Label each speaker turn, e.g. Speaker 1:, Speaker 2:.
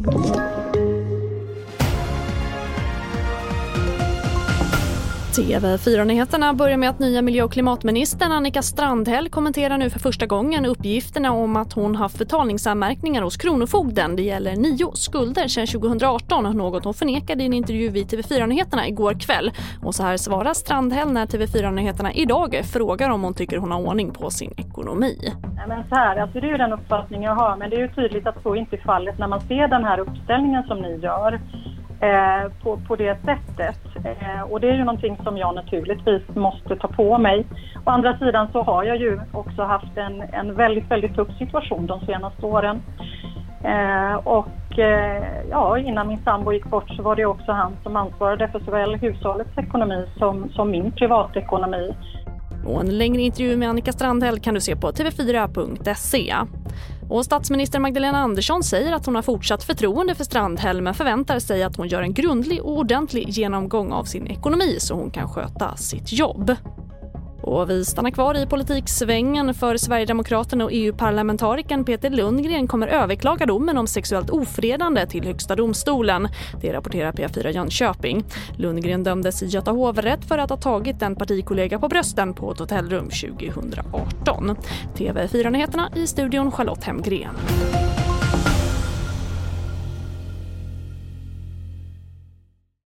Speaker 1: TV4-nyheterna börjar med att nya miljö- och klimatministern Annika Strandhäll kommenterar nu för första gången uppgifterna om att hon haft betalningsanmärkningar hos Kronofogden. Det gäller 9 skulder sedan 2018, något hon förnekade i en intervju vid TV4-nyheterna igår kväll. Och så här svarar Strandhäll när TV4-nyheterna idag frågar om hon tycker hon har ordning på sin ekonomi.
Speaker 2: Ja, men så här, alltså det är ju den uppfattning jag har, men det är ju tydligt att så inte är fallet när man ser den här uppställningen som ni gör. På det sättet. Och det är ju någonting som jag naturligtvis måste ta på mig. Å andra sidan så har jag ju också haft en väldigt, väldigt tuff situation de senaste åren. Innan min sambo gick bort så var det också han som ansvarade för såväl hushållets ekonomi som min privatekonomi.
Speaker 1: Och en längre intervju med Annika Strandhäll kan du se på tv4.se. Och statsminister Magdalena Andersson säger att hon har fortsatt förtroende för Strandhäll men förväntar sig att hon gör en grundlig och ordentlig genomgång av sin ekonomi så hon kan sköta sitt jobb. Och vi stannar kvar i politiksvängen för Sverigedemokraterna och EU-parlamentarikern Peter Lundgren kommer överklaga domen om sexuellt ofredande till Högsta domstolen. Det rapporterar P4 Jönköping. Lundgren dömdes i Göta hovrätt för att ha tagit en partikollega på brösten på ett hotellrum 2018. TV4-nyheterna i studion Charlotte Hemgren.